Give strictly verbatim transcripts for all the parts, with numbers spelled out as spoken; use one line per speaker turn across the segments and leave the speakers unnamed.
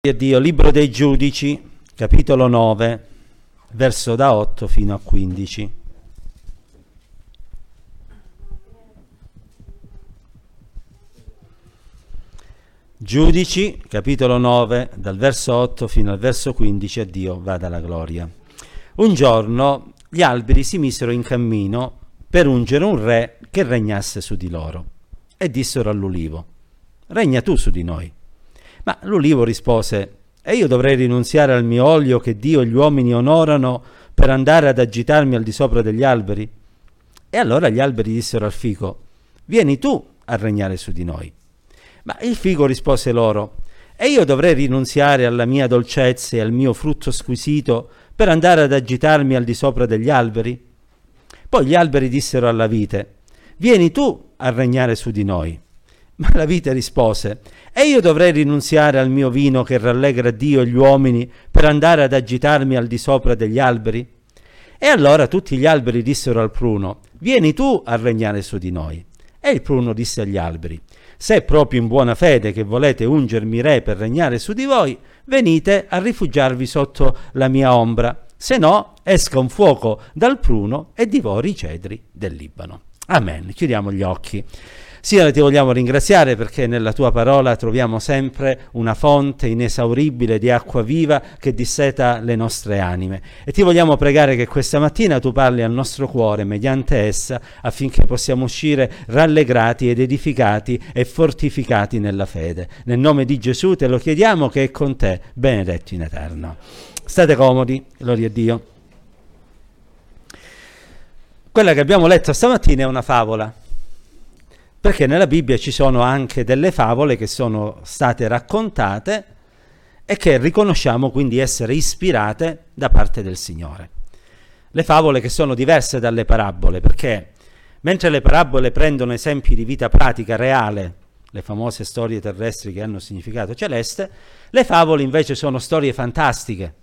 Dio, libro dei Giudici, capitolo nove, verso da otto fino a quindici. Giudici, capitolo nove, dal verso otto fino al verso quindici, a Dio vada la gloria. Un giorno gli alberi si misero in cammino per ungere un re che regnasse su di loro, e dissero all'ulivo: regna tu su di noi. Ma l'ulivo rispose: e io dovrei rinunziare al mio olio che Dio e gli uomini onorano per andare ad agitarmi al di sopra degli alberi? E allora gli alberi dissero al fico: vieni tu a regnare su di noi. Ma il fico rispose loro: e io dovrei rinunziare alla mia dolcezza e al mio frutto squisito per andare ad agitarmi al di sopra degli alberi? Poi gli alberi dissero alla vite: vieni tu a regnare su di noi. Ma la vite rispose: e io dovrei rinunziare al mio vino che rallegra Dio e gli uomini per andare ad agitarmi al di sopra degli alberi? E allora tutti gli alberi dissero al pruno: vieni tu a regnare su di noi. E il pruno disse agli alberi: se è proprio in buona fede che volete ungermi re per regnare su di voi, venite a rifugiarvi sotto la mia ombra, se no esca un fuoco dal pruno e divori i cedri del Libano. Amen. Chiudiamo gli occhi. Signore, ti vogliamo ringraziare perché nella tua parola troviamo sempre una fonte inesauribile di acqua viva che disseta le nostre anime. E ti vogliamo pregare che questa mattina tu parli al nostro cuore mediante essa, affinché possiamo uscire rallegrati ed edificati e fortificati nella fede. Nel nome di Gesù te lo chiediamo, che è con te, benedetto in eterno. State comodi, gloria a Dio. Quella che abbiamo letto stamattina è una favola, perché nella Bibbia ci sono anche delle favole che sono state raccontate e che riconosciamo quindi essere ispirate da parte del Signore. Le favole che sono diverse dalle parabole, perché mentre le parabole prendono esempi di vita pratica reale, le famose storie terrestri che hanno significato celeste, le favole invece sono storie fantastiche.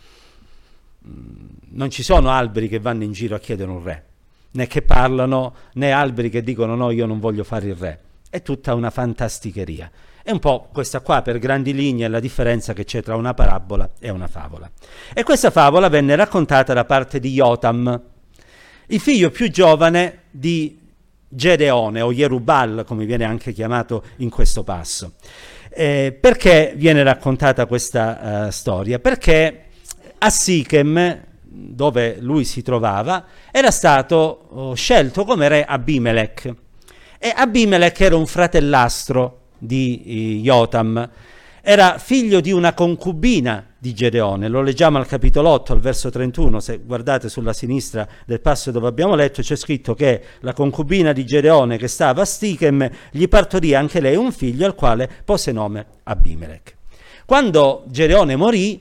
Non ci sono alberi che vanno in giro a chiedere un re, né che parlano, né alberi che dicono no, io non voglio fare il re. È tutta una fantasticheria. È un po' questa qua, per grandi linee, la differenza che c'è tra una parabola e una favola. E questa favola venne raccontata da parte di Jotam, il figlio più giovane di Gedeone, o Jerubal, come viene anche chiamato in questo passo. Eh, perché viene raccontata questa uh, storia? Perché a Sichem, dove lui si trovava, era stato oh, scelto come re Abimelech, e Abimelech era un fratellastro di Jotam, era figlio di una concubina di Gedeone. Lo leggiamo al capitolo otto, al verso trentuno. Se guardate sulla sinistra del passo dove abbiamo letto, c'è scritto che la concubina di Gedeone, che stava a Sichem, gli partorì anche lei un figlio al quale pose nome Abimelech. Quando Gedeone morì,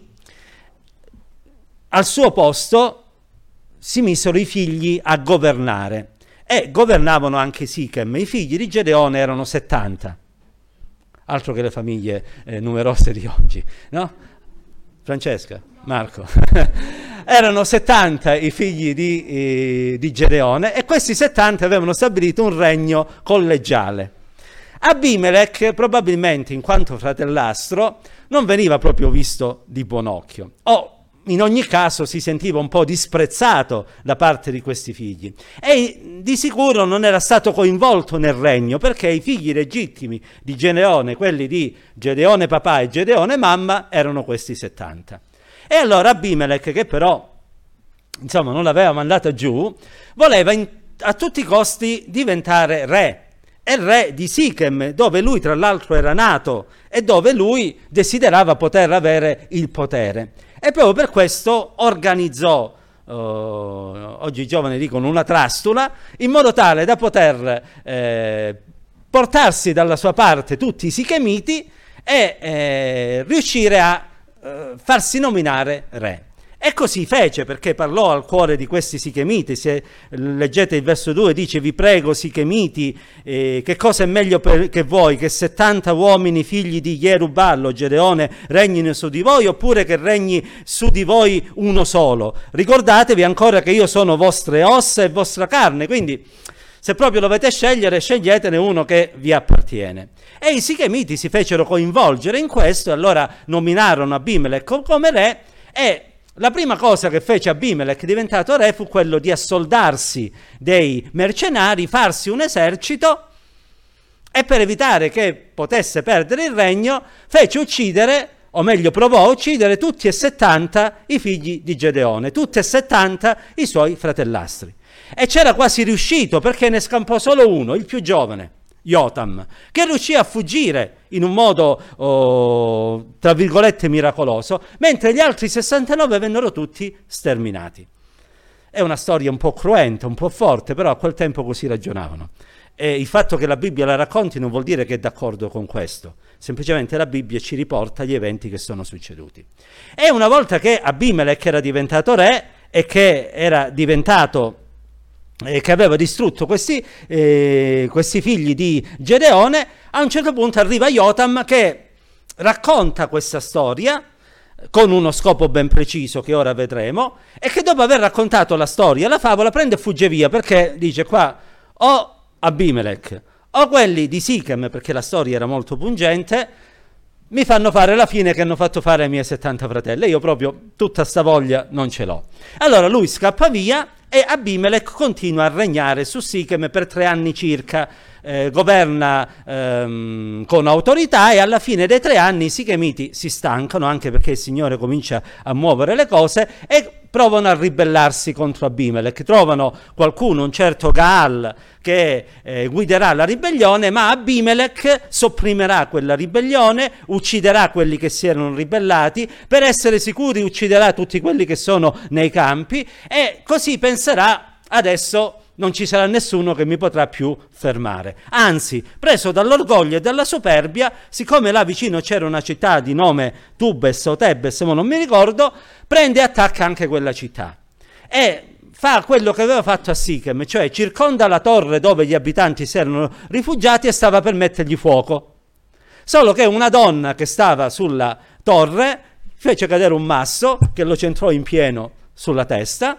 al suo posto si misero i figli a governare, e governavano anche Sichem. I figli di Gedeone erano settanta, altro che le famiglie eh, numerose di oggi, no? Francesca, Marco, erano settanta i figli di, eh, di Gedeone, e questi settanta avevano stabilito un regno collegiale. Abimelech, probabilmente in quanto fratellastro, non veniva proprio visto di buon occhio, o in ogni caso si sentiva un po' disprezzato da parte di questi figli, e di sicuro non era stato coinvolto nel regno, perché i figli legittimi di Gedeone, quelli di Gedeone papà e Gedeone mamma, erano questi settanta. E allora Abimelech, che però insomma non l'aveva mandata giù, voleva in, a tutti i costi diventare re, e re di Sichem, dove lui tra l'altro era nato e dove lui desiderava poter avere il potere. E proprio per questo organizzò, uh, oggi i giovani dicono una trastula, in modo tale da poter eh, portarsi dalla sua parte tutti i sichemiti e eh, riuscire a eh, farsi nominare re. E così fece, perché parlò al cuore di questi sichemiti. Se leggete il verso due, dice: vi prego sichemiti, eh, che cosa è meglio per, che voi, che settanta uomini figli di Jerubal o Gedeone regnino su di voi, oppure che regni su di voi uno solo? Ricordatevi ancora che io sono vostre ossa e vostra carne. Quindi Se proprio dovete scegliere, sceglietene uno che vi appartiene. E i Sichemiti si fecero coinvolgere in questo, e allora nominarono Abimelech come re, e la prima cosa che fece Abimelech diventato re fu quello di assoldarsi dei mercenari, farsi un esercito, e per evitare che potesse perdere il regno fece uccidere, o meglio provò a uccidere tutti e settanta i figli di Gedeone, tutti e settanta i suoi fratellastri. E c'era quasi riuscito, perché ne scampò solo uno, il più giovane, Jotam, che riuscì a fuggire in un modo, oh, tra virgolette, miracoloso, mentre gli altri sessantanove vennero tutti sterminati. È una storia un po' cruenta, un po' forte, però a quel tempo così ragionavano. E il fatto che la Bibbia la racconti non vuol dire che è d'accordo con questo, semplicemente la Bibbia ci riporta gli eventi che sono succeduti. E una volta che Abimelech era diventato re e che era diventato eh, che aveva distrutto questi, eh, questi figli di Gedeone, a un certo punto arriva Jotam che racconta questa storia con uno scopo ben preciso che ora vedremo, e che dopo aver raccontato la storia, la favola, prende e fugge via, perché dice qua o Abimelech o quelli di Sichem, perché la storia era molto pungente, mi fanno fare la fine che hanno fatto fare ai miei settanta fratelli, io proprio tutta sta voglia non ce l'ho. Allora lui scappa via e Abimelech continua a regnare su Sichem per tre anni circa, eh, governa ehm, con autorità, e alla fine dei tre anni i Sichemiti si stancano, anche perché il Signore comincia a muovere le cose, e provano a ribellarsi contro Abimelech. Trovano qualcuno, un certo Gaal, che eh, guiderà la ribellione, ma Abimelech sopprimerà quella ribellione, ucciderà quelli che si erano ribellati, per essere sicuri ucciderà tutti quelli che sono nei campi, e così penserà: adesso non ci sarà nessuno che mi potrà più fermare. Anzi, preso dall'orgoglio e dalla superbia, siccome là vicino c'era una città di nome Tubes o Tebes, ma non mi ricordo, prende e attacca anche quella città. E fa quello che aveva fatto a Sichem, cioè circonda la torre dove gli abitanti si erano rifugiati e stava per mettergli fuoco. Solo che una donna che stava sulla torre fece cadere un masso che lo centrò in pieno sulla testa,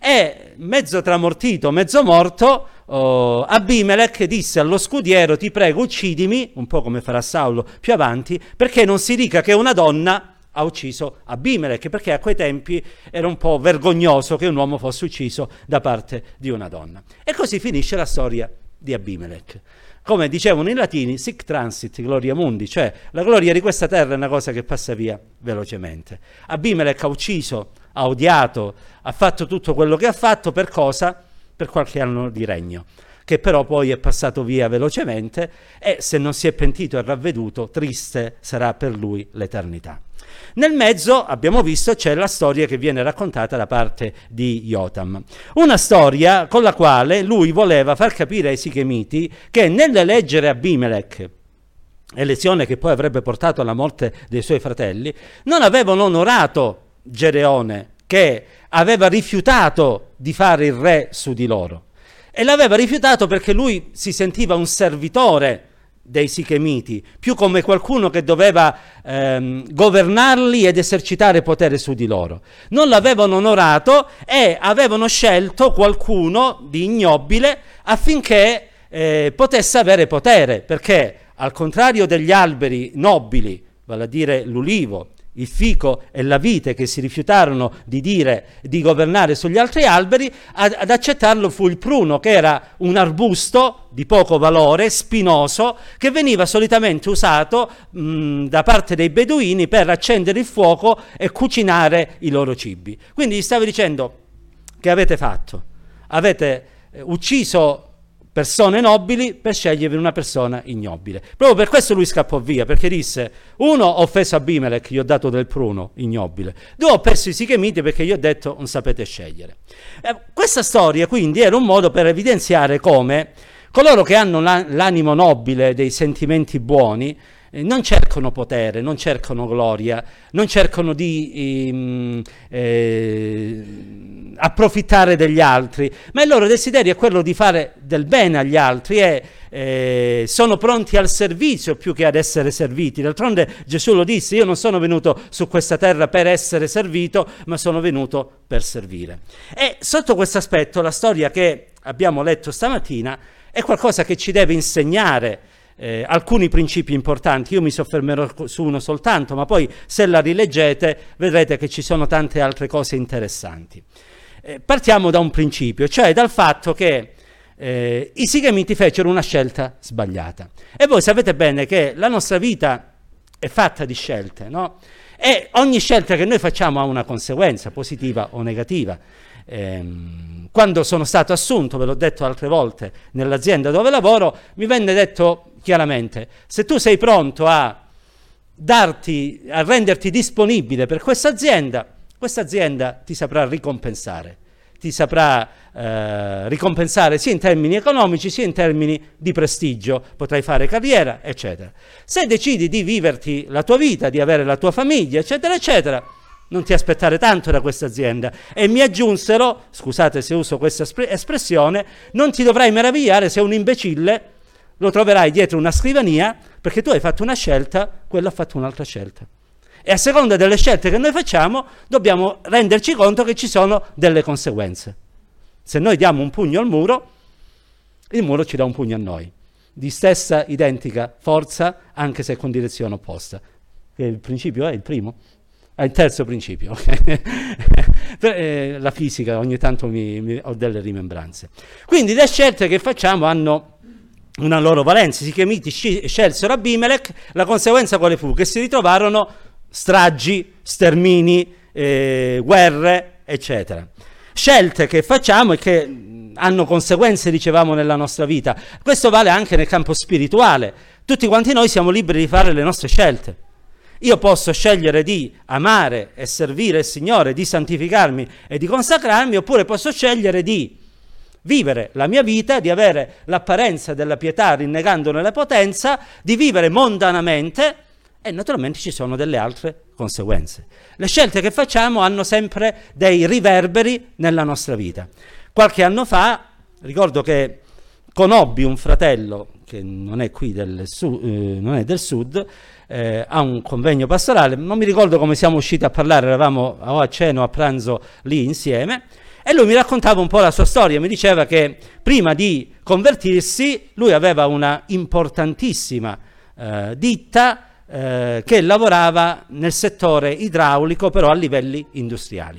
e mezzo tramortito, mezzo morto, oh, Abimelech disse allo scudiero: ti prego uccidimi, un po' come farà Saulo più avanti, perché non si dica che una donna ha ucciso Abimelech, perché a quei tempi era un po' vergognoso che un uomo fosse ucciso da parte di una donna. E così finisce la storia di Abimelech. Come dicevano i latini, sic transit gloria mundi, cioè la gloria di questa terra è una cosa che passa via velocemente. Abimelech ha ucciso, ha odiato, ha fatto tutto quello che ha fatto, per cosa? Per qualche anno di regno, che però poi è passato via velocemente, e se non si è pentito e ravveduto, triste sarà per lui l'eternità. Nel mezzo, abbiamo visto, c'è la storia che viene raccontata da parte di Jotam. Una storia con la quale lui voleva far capire ai Sichemiti che nell'eleggere Abimelech, elezione che poi avrebbe portato alla morte dei suoi fratelli, non avevano onorato Gedeone, che aveva rifiutato di fare il re su di loro. E l'aveva rifiutato perché lui si sentiva un servitore dei Sichemiti, più come qualcuno che doveva ehm, governarli ed esercitare potere su di loro. Non l'avevano onorato e avevano scelto qualcuno di ignobile affinché eh, potesse avere potere, perché al contrario degli alberi nobili, vale a dire l'ulivo, il fico e la vite, che si rifiutarono di dire di governare sugli altri alberi, ad, ad accettarlo fu il pruno, che era un arbusto di poco valore, spinoso, che veniva solitamente usato mh, da parte dei beduini per accendere il fuoco e cucinare i loro cibi. Quindi gli stava dicendo: che avete fatto? Avete eh, ucciso persone nobili per scegliervi una persona ignobile. Proprio per questo lui scappò via, perché disse: uno, ho offeso Abimelech, gli ho dato del pruno ignobile; due, ho perso i Sichemiti perché gli ho detto non sapete scegliere. Eh, questa storia quindi era un modo per evidenziare come coloro che hanno la, l'animo nobile, dei sentimenti buoni, eh, non cercano potere, non cercano gloria, non cercano di ehm, eh, approfittare degli altri, ma il loro desiderio è quello di fare del bene agli altri, e eh, sono pronti al servizio più che ad essere serviti. D'altronde Gesù lo disse: io non sono venuto su questa terra per essere servito, ma sono venuto per servire. E sotto questo aspetto la storia che abbiamo letto stamattina è qualcosa che ci deve insegnare eh, alcuni principi importanti. Io mi soffermerò su uno soltanto, ma poi se la rileggete vedrete che ci sono tante altre cose interessanti. Eh, partiamo da un principio, cioè dal fatto che eh, i Sichemiti fecero una scelta sbagliata. E voi sapete bene che la nostra vita è fatta di scelte, no? E ogni scelta che noi facciamo ha una conseguenza, positiva o negativa. Ehm, quando sono stato assunto, ve l'ho detto altre volte, nell'azienda dove lavoro, mi venne detto chiaramente: se tu sei pronto a darti, a renderti disponibile per questa azienda, questa azienda ti saprà ricompensare, ti saprà eh, ricompensare sia in termini economici sia in termini di prestigio, potrai fare carriera, eccetera. Se decidi di viverti la tua vita, di avere la tua famiglia, eccetera, eccetera, non ti aspettare tanto da questa azienda. E mi aggiunsero, scusate se uso questa espressione, non ti dovrai meravigliare se un imbecille lo troverai dietro una scrivania, perché tu hai fatto una scelta, quello ha fatto un'altra scelta. E a seconda delle scelte che noi facciamo dobbiamo renderci conto che ci sono delle conseguenze. Se noi diamo un pugno al muro, il muro ci dà un pugno a noi, di stessa identica forza, anche se con direzione opposta. Il principio è il primo? È il terzo principio. La fisica ogni tanto mi, mi, ho delle rimembranze. Quindi le scelte che facciamo hanno una loro valenza. I Sichemiti scelsero Abimelech, la conseguenza quale fu? Che si ritrovarono stragi, stermini, eh, guerre, eccetera. Scelte che facciamo e che hanno conseguenze, dicevamo, nella nostra vita. Questo vale anche nel campo spirituale. Tutti quanti noi siamo liberi di fare le nostre scelte. Io posso scegliere di amare e servire il Signore, di santificarmi e di consacrarmi, oppure posso scegliere di vivere la mia vita, di avere l'apparenza della pietà rinnegandone la potenza, di vivere mondanamente, e naturalmente ci sono delle altre conseguenze. Le scelte che facciamo hanno sempre dei riverberi nella nostra vita. Qualche anno fa, ricordo che conobbi un fratello, che non è qui del sud, eh, non è del sud, eh, a un convegno pastorale, non mi ricordo come siamo usciti a parlare, eravamo o a cena o a pranzo lì insieme, e lui mi raccontava un po' la sua storia. Mi diceva che prima di convertirsi lui aveva una importantissima eh, ditta eh, che lavorava nel settore idraulico, però a livelli industriali,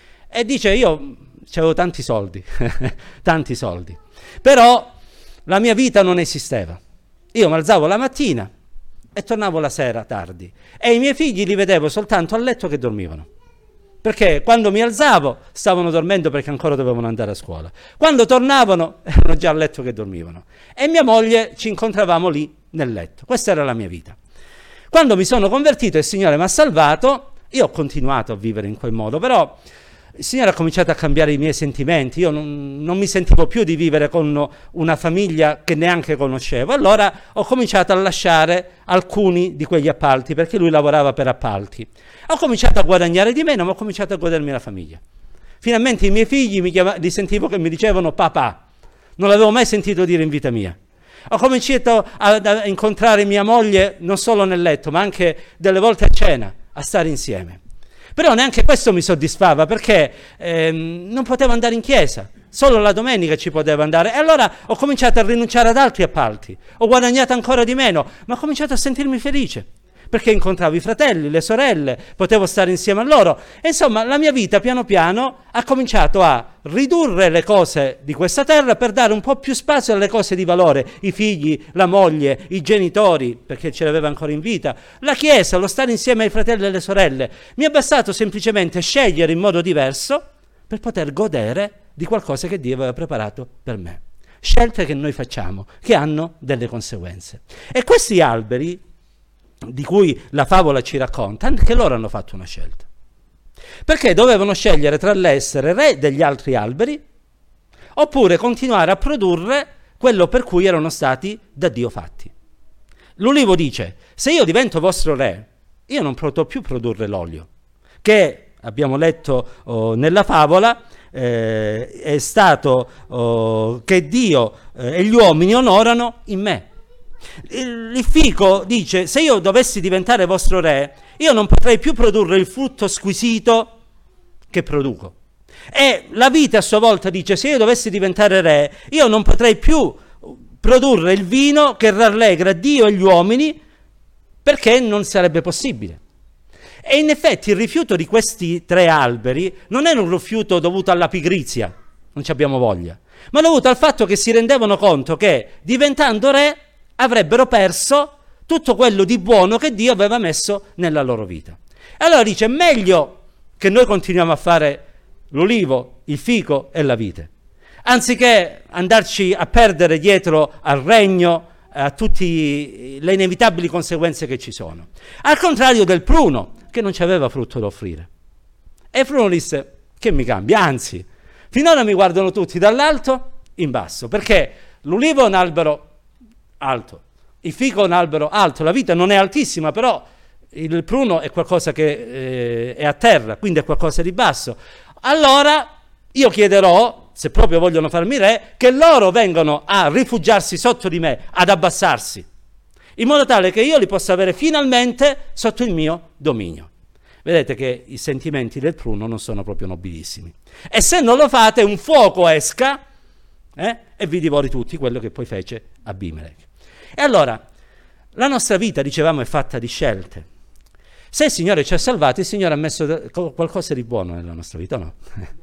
e dice: io avevo tanti soldi tanti soldi, però la mia vita non esisteva. Io mi alzavo la mattina e tornavo la sera tardi, e i miei figli li vedevo soltanto a letto che dormivano, perché quando mi alzavo stavano dormendo perché ancora dovevano andare a scuola, quando tornavano erano già a letto che dormivano, e mia moglie ci incontravamo lì nel letto. Questa era la mia vita. Quando mi sono convertito e il Signore mi ha salvato, io ho continuato a vivere in quel modo, però il Signore ha cominciato a cambiare i miei sentimenti. Io non, non mi sentivo più di vivere con una famiglia che neanche conoscevo. Allora ho cominciato a lasciare alcuni di quegli appalti, perché lui lavorava per appalti. Ho cominciato a guadagnare di meno, ma ho cominciato a godermi la famiglia. Finalmente i miei figli mi chiama, li sentivo che mi dicevano papà. Non l'avevo mai sentito dire in vita mia. Ho cominciato a, a incontrare mia moglie non solo nel letto, ma anche delle volte a cena, a stare insieme. Però neanche questo mi soddisfava, perché ehm, non potevo andare in chiesa, solo la domenica ci potevo andare, e allora ho cominciato a rinunciare ad altri appalti, ho guadagnato ancora di meno, ma ho cominciato a sentirmi felice, perché incontravo i fratelli, le sorelle, potevo stare insieme a loro, e insomma la mia vita piano piano ha cominciato a ridurre le cose di questa terra per dare un po' più spazio alle cose di valore, i figli, la moglie, i genitori, perché ce l'aveva ancora in vita, la chiesa, lo stare insieme ai fratelli e alle sorelle. Mi è bastato semplicemente scegliere in modo diverso per poter godere di qualcosa che Dio aveva preparato per me. Scelte che noi facciamo, che hanno delle conseguenze. E questi alberi di cui la favola ci racconta, anche loro hanno fatto una scelta, perché dovevano scegliere tra l'essere re degli altri alberi oppure continuare a produrre quello per cui erano stati da Dio fatti. L'ulivo dice: se io divento vostro re, io non potrò più produrre l'olio, che abbiamo letto oh, nella favola, eh, è stato oh, che Dio eh, e gli uomini onorano in me. Il, il fico dice: se io dovessi diventare vostro re, io non potrei più produrre il frutto squisito che produco. E la vite a sua volta dice: se io dovessi diventare re, io non potrei più produrre il vino che rallegra Dio e gli uomini, perché non sarebbe possibile. E in effetti il rifiuto di questi tre alberi non era un rifiuto dovuto alla pigrizia, non ci abbiamo voglia, ma dovuto al fatto che si rendevano conto che diventando re avrebbero perso tutto quello di buono che Dio aveva messo nella loro vita. E allora dice: meglio che noi continuiamo a fare l'olivo, il fico e la vite, anziché andarci a perdere dietro al regno, a tutte le inevitabili conseguenze che ci sono. Al contrario del pruno, che non ci aveva frutto da offrire. E il pruno disse: che mi cambia? Anzi, finora mi guardano tutti dall'alto in basso, perché l'ulivo è un albero alto, il fico è un albero alto, la vite non è altissima, però il pruno è qualcosa che eh, è a terra, quindi è qualcosa di basso. Allora io chiederò, se proprio vogliono farmi re, che loro vengano a rifugiarsi sotto di me, ad abbassarsi, in modo tale che io li possa avere finalmente sotto il mio dominio. Vedete che i sentimenti del pruno non sono proprio nobilissimi. E se non lo fate, un fuoco esca eh, e vi divori tutti, quello che poi fece Abimelech. E allora, la nostra vita, dicevamo, è fatta di scelte. Se il Signore ci ha salvati, il Signore ha messo qualcosa di buono nella nostra vita, no?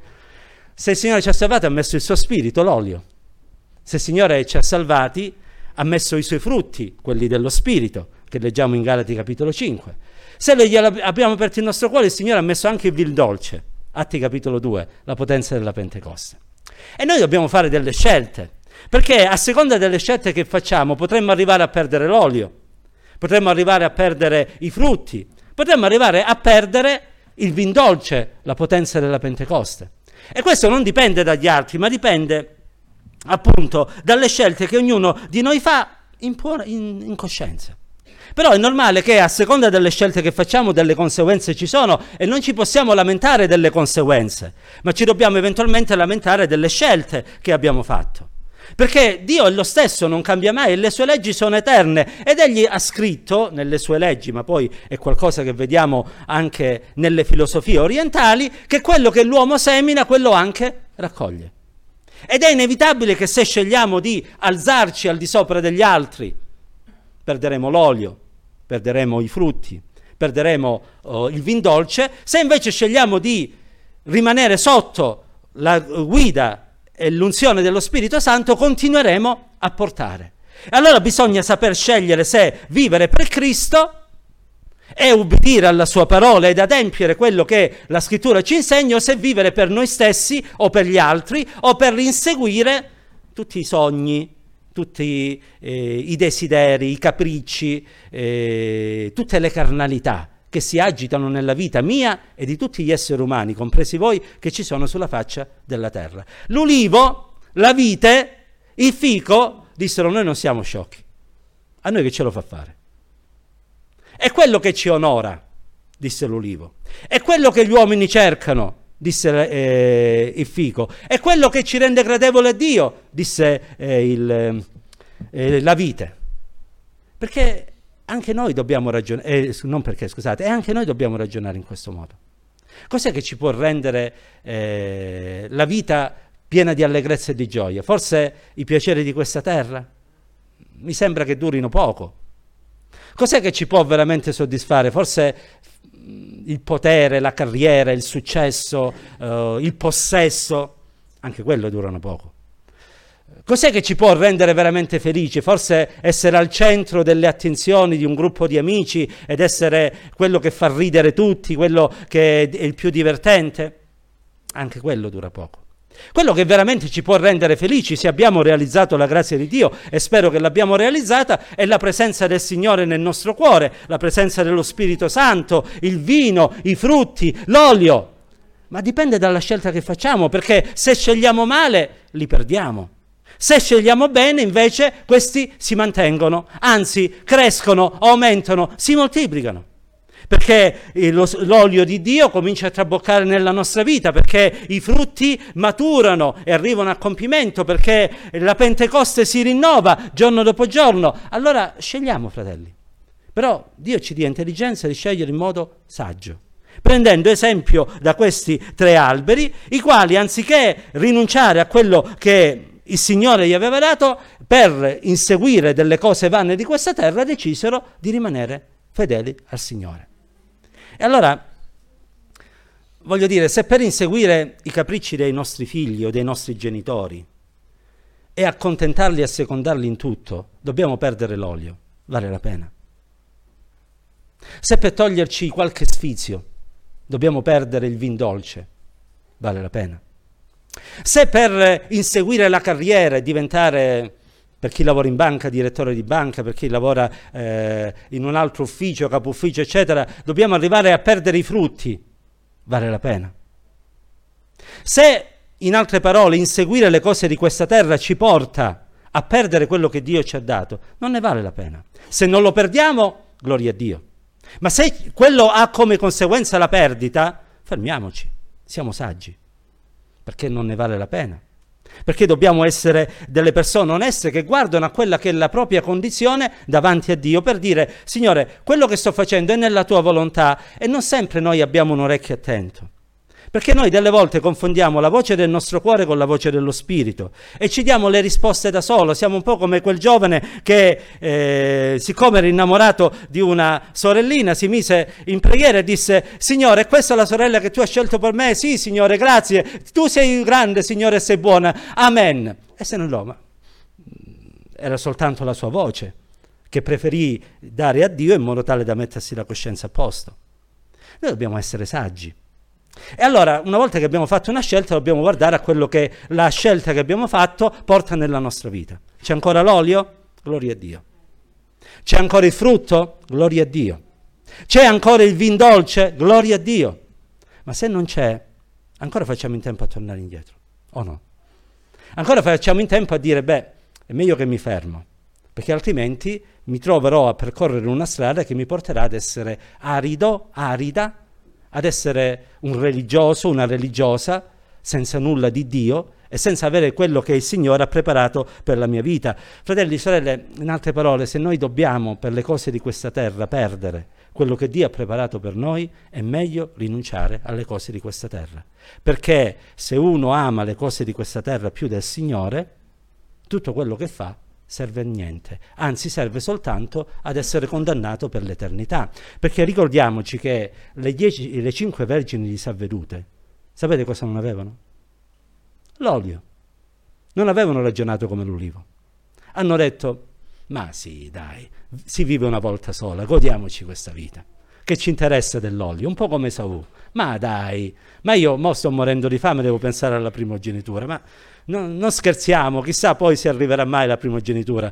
Se il Signore ci ha salvati, ha messo il suo spirito, l'olio. Se il Signore ci ha salvati, ha messo i suoi frutti, quelli dello spirito, che leggiamo in Galati capitolo cinque. Se noi abbiamo aperto il nostro cuore, il Signore ha messo anche il vin dolce, Atti capitolo due, la potenza della Pentecoste. E noi dobbiamo fare delle scelte, perché a seconda delle scelte che facciamo potremmo arrivare a perdere l'olio, potremmo arrivare a perdere i frutti, potremmo arrivare a perdere il vin dolce, la potenza della Pentecoste. E questo non dipende dagli altri, ma dipende appunto dalle scelte che ognuno di noi fa in, pura, in, in coscienza. Però è normale che a seconda delle scelte che facciamo delle conseguenze ci sono, e non ci possiamo lamentare delle conseguenze, ma ci dobbiamo eventualmente lamentare delle scelte che abbiamo fatto. Perché Dio è lo stesso, non cambia mai, e le sue leggi sono eterne, ed egli ha scritto nelle sue leggi, ma poi è qualcosa che vediamo anche nelle filosofie orientali, che quello che l'uomo semina, quello anche raccoglie. Ed è inevitabile che se scegliamo di alzarci al di sopra degli altri, perderemo l'olio, perderemo i frutti, perderemo uh, il vin dolce. Se invece scegliamo di rimanere sotto la guida e l'unzione dello Spirito Santo, continueremo a portare. E allora bisogna saper scegliere se vivere per Cristo e ubbidire alla sua parola ed adempiere quello che la Scrittura ci insegna, o se vivere per noi stessi o per gli altri, o per inseguire tutti i sogni, tutti eh, i desideri, i capricci, eh, tutte le carnalità che si agitano nella vita mia e di tutti gli esseri umani, compresi voi, che ci sono sulla faccia della terra. L'ulivo, la vite, il fico dissero: noi non siamo sciocchi, a noi che ce lo fa fare? È quello che ci onora, disse l'ulivo, è quello che gli uomini cercano, disse eh, il fico, è quello che ci rende gradevole a Dio, disse eh, il, eh, la vite. Perché anche noi dobbiamo ragionare, eh, non perché, scusate, e anche noi dobbiamo ragionare in questo modo. Cos'è che ci può rendere eh, la vita piena di allegrezza e di gioia? Forse i piaceri di questa terra? Mi sembra che durino poco. Cos'è che ci può veramente soddisfare? Forse il potere, la carriera, il successo, uh, il possesso, anche quello durano poco. Cos'è che ci può rendere veramente felici? Forse essere al centro delle attenzioni di un gruppo di amici ed essere quello che fa ridere tutti, quello che è il più divertente? Anche quello dura poco. Quello che veramente ci può rendere felici, se abbiamo realizzato la grazia di Dio, e spero che l'abbiamo realizzata, è la presenza del Signore nel nostro cuore, la presenza dello Spirito Santo, il vino, i frutti, l'olio. Ma dipende dalla scelta che facciamo, perché se scegliamo male li perdiamo. Se scegliamo bene, invece, questi si mantengono, anzi crescono, aumentano, si moltiplicano. Perché l'olio di Dio comincia a traboccare nella nostra vita, perché i frutti maturano e arrivano a compimento, perché la Pentecoste si rinnova giorno dopo giorno. Allora scegliamo, fratelli. Però Dio ci dia intelligenza di scegliere in modo saggio. prendendo esempio da questi tre alberi, i quali anziché rinunciare a quello che il Signore gli aveva dato per inseguire delle cose vane di questa terra, decisero di rimanere fedeli al Signore. E allora, voglio dire, se per inseguire i capricci dei nostri figli o dei nostri genitori e accontentarli e assecondarli in tutto, dobbiamo perdere l'olio, vale la pena. Se per toglierci qualche sfizio dobbiamo perdere il vin dolce, vale la pena. Se per inseguire la carriera e diventare, per chi lavora in banca, direttore di banca, per chi lavora eh, in un altro ufficio, capo ufficio, eccetera, dobbiamo arrivare a perdere i frutti, vale la pena. Se, in altre parole, inseguire le cose di questa terra ci porta a perdere quello che Dio ci ha dato, non ne vale la pena. Se non lo perdiamo, gloria a Dio. Ma se quello ha come conseguenza la perdita, fermiamoci, siamo saggi, perché non ne vale la pena. Perché dobbiamo essere delle persone oneste che guardano a quella che è la propria condizione davanti a Dio per dire: Signore, quello che sto facendo è nella tua volontà. E non sempre noi abbiamo un orecchio attento, perché noi delle volte confondiamo la voce del nostro cuore con la voce dello spirito e ci diamo le risposte da solo. Siamo un po' come quel giovane che, eh, siccome era innamorato di una sorellina, si mise in preghiera e disse: Signore, è questa la sorella che tu hai scelto per me? Sì, Signore, grazie. Tu sei grande, Signore, sei buona. Amen. E se ne andò, ma era soltanto la sua voce che preferì dare a Dio in modo tale da mettersi la coscienza a posto. Noi dobbiamo essere saggi. E allora, una volta che abbiamo fatto una scelta, dobbiamo guardare a quello che la scelta che abbiamo fatto porta nella nostra vita. C'è ancora l'olio? Gloria a Dio. C'è ancora il frutto? Gloria a Dio. C'è ancora il vin dolce? Gloria a Dio. Ma se non c'è, ancora facciamo in tempo a tornare indietro, o no? Ancora facciamo in tempo a dire: beh, è meglio che mi fermo, perché altrimenti mi troverò a percorrere una strada che mi porterà ad essere arido, arida, ad essere un religioso, una religiosa, senza nulla di Dio e senza avere quello che il Signore ha preparato per la mia vita. Fratelli e sorelle, in altre parole, se noi dobbiamo per le cose di questa terra perdere quello che Dio ha preparato per noi, è meglio rinunciare alle cose di questa terra. Perché se uno ama le cose di questa terra più del Signore, tutto quello che fa serve a niente, anzi serve soltanto ad essere condannato per l'eternità. Perché ricordiamoci che le, dieci, le cinque vergini disavvedute, sapete cosa non avevano? L'olio. Non avevano ragionato come l'ulivo. Hanno detto: ma sì, dai, si vive una volta sola, godiamoci questa vita. Che ci interessa dell'olio? Un po' come Esaù. Ma dai, ma io mo sto morendo di fame, devo pensare alla primogenitura, ma no, non scherziamo, chissà poi se arriverà mai la primogenitura.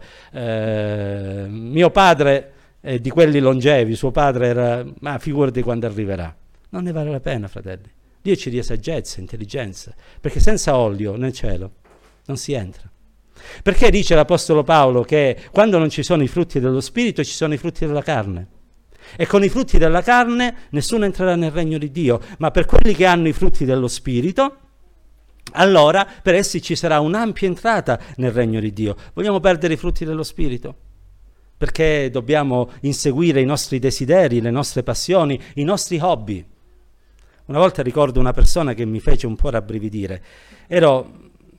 Eh, mio padre è di quelli longevi, suo padre era, ma figurati quando arriverà. Non ne vale la pena, fratelli. Dio ci dia saggezza, intelligenza, perché senza olio nel cielo non si entra. Perché dice l'Apostolo Paolo che quando non ci sono i frutti dello Spirito ci sono i frutti della carne? E con i frutti della carne nessuno entrerà nel regno di Dio, ma per quelli che hanno i frutti dello Spirito, allora per essi ci sarà un'ampia entrata nel regno di Dio. Vogliamo perdere i frutti dello Spirito? Perché dobbiamo inseguire i nostri desideri, le nostre passioni, i nostri hobby. Una volta ricordo una persona che mi fece un po' rabbrividire. Ero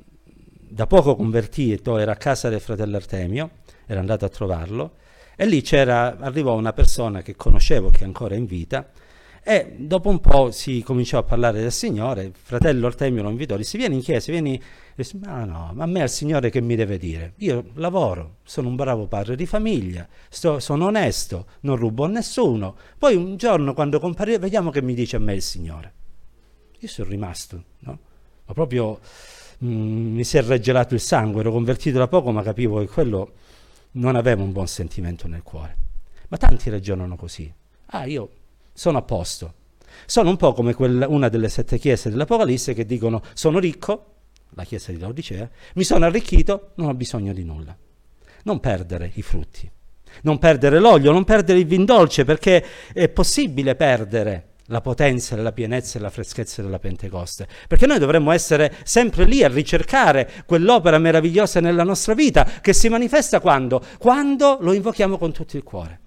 da poco convertito, era a casa del fratello Artemio, ero andato a trovarlo, e lì c'era, arrivò una persona che conoscevo, che è ancora in vita, e dopo un po' si cominciò a parlare del Signore. Il fratello Artemio lo invitò, disse: vieni in chiesa, vieni. E disse: ma no, ma a me è il Signore che mi deve dire. Io lavoro, sono un bravo padre di famiglia, sto, sono onesto, non rubo a nessuno. Poi un giorno quando comparirà, vediamo che mi dice a me il Signore. Io sono rimasto, no? Ma proprio mm, mi si è raggelato il sangue, ero convertito da poco, ma capivo che quello non aveva un buon sentimento nel cuore. Ma tanti ragionano così. Ah, io sono a posto. Sono un po' come quella, una delle sette chiese dell'Apocalisse che dicono: sono ricco, la chiesa di Laodicea, mi sono arricchito, non ho bisogno di nulla. Non perdere i frutti, non perdere l'olio, non perdere il vin dolce, perché è possibile perdere la potenza, la pienezza e la freschezza della Pentecoste, perché noi dovremmo essere sempre lì a ricercare quell'opera meravigliosa nella nostra vita, che si manifesta quando? Quando lo invochiamo con tutto il cuore.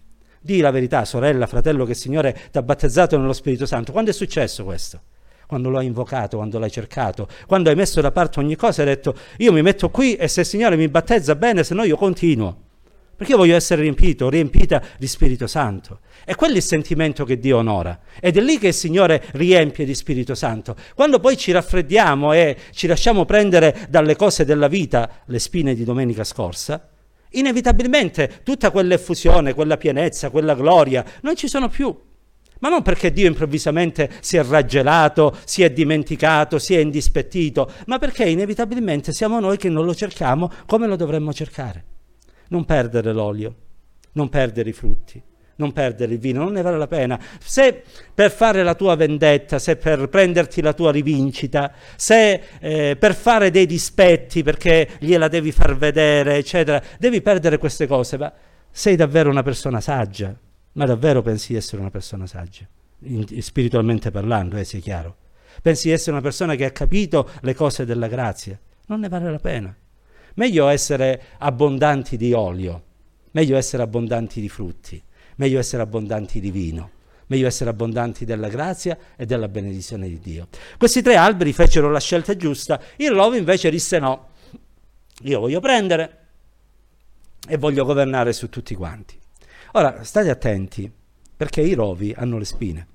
Dì la verità, sorella, fratello, che il Signore ti ha battezzato nello Spirito Santo. Quando è successo questo? Quando lo hai invocato, quando l'hai cercato, quando hai messo da parte ogni cosa e hai detto io mi metto qui e se il Signore mi battezza bene, se no io continuo. Perché io voglio essere riempito, riempita di Spirito Santo. E quello è il sentimento che Dio onora. Ed è lì che il Signore riempie di Spirito Santo. Quando poi ci raffreddiamo e ci lasciamo prendere dalle cose della vita, le spine di domenica scorsa, inevitabilmente tutta quell'effusione, quella pienezza, quella gloria non ci sono più. Ma non perché Dio improvvisamente si è raggelato, si è dimenticato, si è indispettito, ma perché inevitabilmente siamo noi che non lo cerchiamo come lo dovremmo cercare. Non perdere l'olio, non perdere i frutti, non perdere il vino, non ne vale la pena. Se per fare la tua vendetta, se per prenderti la tua rivincita, se eh, per fare dei dispetti perché gliela devi far vedere, eccetera, devi perdere queste cose, ma sei davvero una persona saggia? Ma davvero pensi di essere una persona saggia? In, spiritualmente parlando, eh, sia chiaro. Pensi di essere una persona che ha capito le cose della grazia? Non ne vale la pena. Meglio essere abbondanti di olio, meglio essere abbondanti di frutti, meglio essere abbondanti di vino, meglio essere abbondanti della grazia e della benedizione di Dio. Questi tre alberi fecero la scelta giusta, il rovo invece disse no, io voglio prendere e voglio governare su tutti quanti. Ora, state attenti, perché i rovi hanno le spine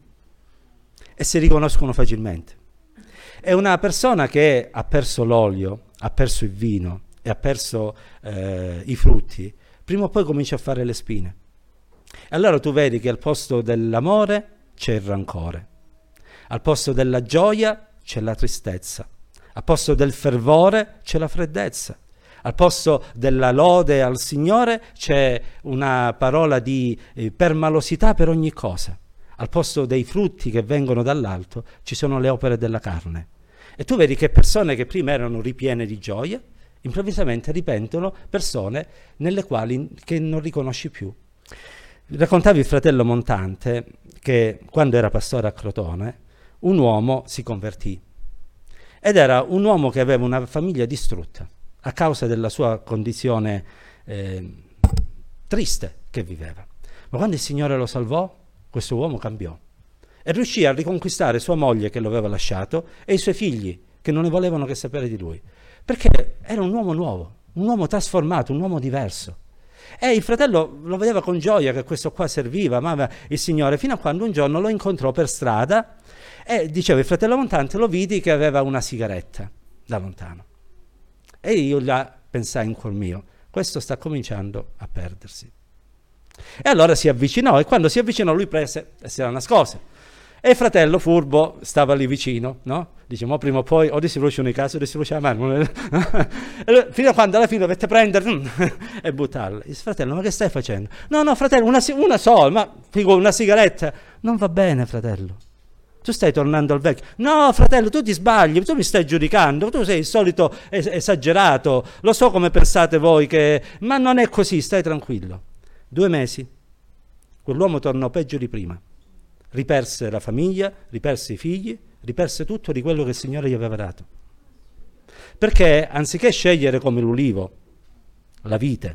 e si riconoscono facilmente. E una persona che ha perso l'olio, ha perso il vino e ha perso eh, i frutti, prima o poi comincia a fare le spine. E allora tu vedi che al posto dell'amore c'è il rancore, al posto della gioia c'è la tristezza, al posto del fervore c'è la freddezza, al posto della lode al Signore c'è una parola di eh, permalosità per ogni cosa, al posto dei frutti che vengono dall'alto ci sono le opere della carne. E tu vedi che persone che prima erano ripiene di gioia, improvvisamente ripentono persone nelle quali che non riconosci più. Raccontavi il fratello Montante che quando era pastore a Crotone un uomo si convertì ed era un uomo che aveva una famiglia distrutta a causa della sua condizione eh, triste che viveva. Ma quando il Signore lo salvò, questo uomo cambiò e riuscì a riconquistare sua moglie che lo aveva lasciato e i suoi figli che non ne volevano che sapere di lui, perché era un uomo nuovo, un uomo trasformato, un uomo diverso. E il fratello lo vedeva con gioia che questo qua serviva, amava il Signore, fino a quando un giorno lo incontrò per strada e diceva il fratello Montante, lo vidi che aveva una sigaretta da lontano. E io là pensai in cuor mio, questo sta cominciando a perdersi. E allora si avvicinò e quando si avvicinò lui prese e se la nascose. E il fratello furbo stava lì vicino, no? Dice, ma prima o poi o si brucia in casa o si brucia la mano. Fino a quando alla fine dovette prendere e buttarla. Il fratello, ma che stai facendo? No, no, fratello, una, una sola, ma dico, una sigaretta. Non va bene, fratello. Tu stai tornando al vecchio. No, fratello, tu ti sbagli, tu mi stai giudicando, tu sei il solito es- esagerato. Lo so come pensate voi, che ma non è così, stai tranquillo. Due mesi, quell'uomo tornò peggio di prima. Riperse la famiglia, riperse i figli, riperse tutto di quello che il Signore gli aveva dato. Perché anziché scegliere come l'ulivo, la vite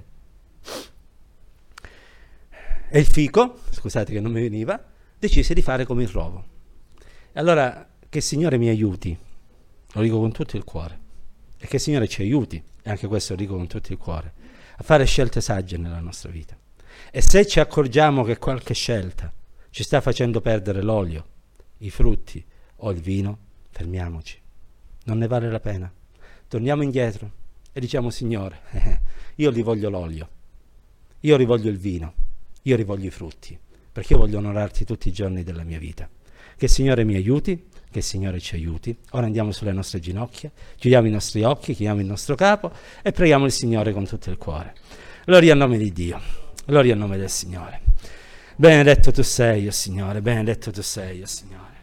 e il fico, scusate che non mi veniva, decise di fare come il rovo. E allora che il Signore mi aiuti, lo dico con tutto il cuore, e che il Signore ci aiuti, e anche questo lo dico con tutto il cuore, a fare scelte sagge nella nostra vita. E se ci accorgiamo che qualche scelta ci sta facendo perdere l'olio, i frutti o il vino, fermiamoci. Non ne vale la pena. Torniamo indietro e diciamo, Signore, eh, io rivoglio l'olio, io rivoglio il vino, io rivoglio i frutti, perché io voglio onorarti tutti i giorni della mia vita. Che il Signore mi aiuti, che il Signore ci aiuti. Ora andiamo sulle nostre ginocchia, chiudiamo i nostri occhi, chiudiamo il nostro capo e preghiamo il Signore con tutto il cuore. Gloria al nome di Dio, gloria al nome del Signore. Benedetto tu sei, o Signore, benedetto tu sei, o Signore.